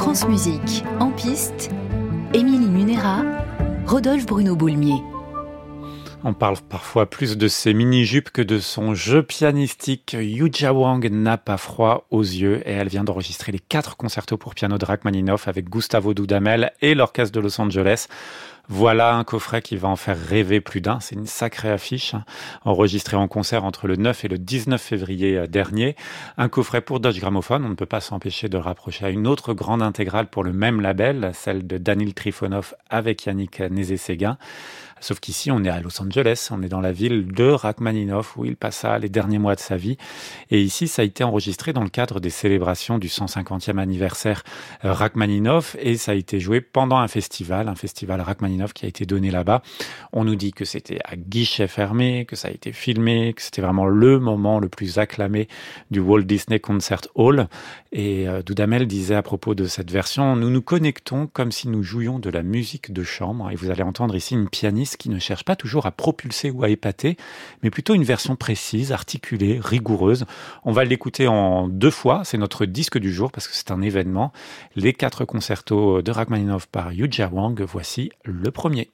France Musique, en piste, Émilie Munera, Rodolphe Bruno-Boulmier. On parle parfois plus de ses mini-jupes que de son jeu pianistique. Yuja Wang n'a pas froid aux yeux et elle vient d'enregistrer les 4 concertos pour piano de Rachmaninov avec Gustavo Dudamel et l'Orchestre de Los Angeles. Voilà un coffret qui va en faire rêver plus d'un. C'est une sacrée affiche, enregistrée en concert entre le 9 et le 19 février dernier. Un coffret pour Deutsche Grammophon. On ne peut pas s'empêcher de le rapprocher à une autre grande intégrale pour le même label, celle de Danil Trifonov avec Yannick Nézet-Séguin. Sauf qu'ici, on est à Los Angeles, on est dans la ville de Rachmaninov, où il passa les derniers mois de sa vie. Et ici, ça a été enregistré dans le cadre des célébrations du 150e anniversaire Rachmaninov, et ça a été joué pendant un festival Rachmaninov qui a été donné là-bas. On nous dit que c'était à guichet fermé, que ça a été filmé, que c'était vraiment le moment le plus acclamé du Walt Disney Concert Hall. Et Dudamel disait à propos de cette version, nous nous connectons comme si nous jouions de la musique de chambre. Et vous allez entendre ici une pianiste qui ne cherche pas toujours à propulser ou à épater, mais plutôt une version précise, articulée, rigoureuse. On va l'écouter en 2 fois, c'est notre disque du jour parce que c'est un événement. Les 4 concertos de Rachmaninov par Yuja Wang, voici le premier.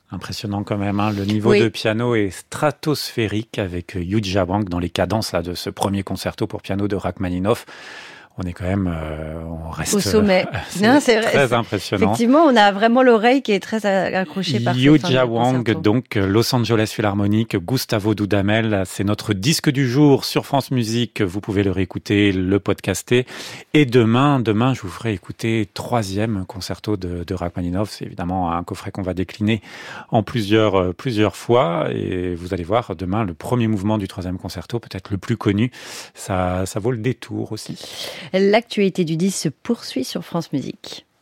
Impressionnant quand même, hein. Le niveau de piano est stratosphérique avec Yuja Wang dans les cadences là, de ce premier concerto pour piano de Rachmaninoff. On est quand même, on reste au sommet. C'est très impressionnant. Effectivement, on a vraiment l'oreille qui est très accrochée par Yuja Wang, donc Los Angeles Philharmonic, Gustavo Dudamel, c'est notre disque du jour sur France Musique. Vous pouvez le réécouter, le podcaster. Et demain, je vous ferai écouter 3e concerto de Rachmaninoff. C'est évidemment un coffret qu'on va décliner en plusieurs fois. Et vous allez voir demain le premier mouvement du 3e concerto, peut-être le plus connu. Ça vaut le détour aussi. L'actualité du 10 se poursuit sur France Musique.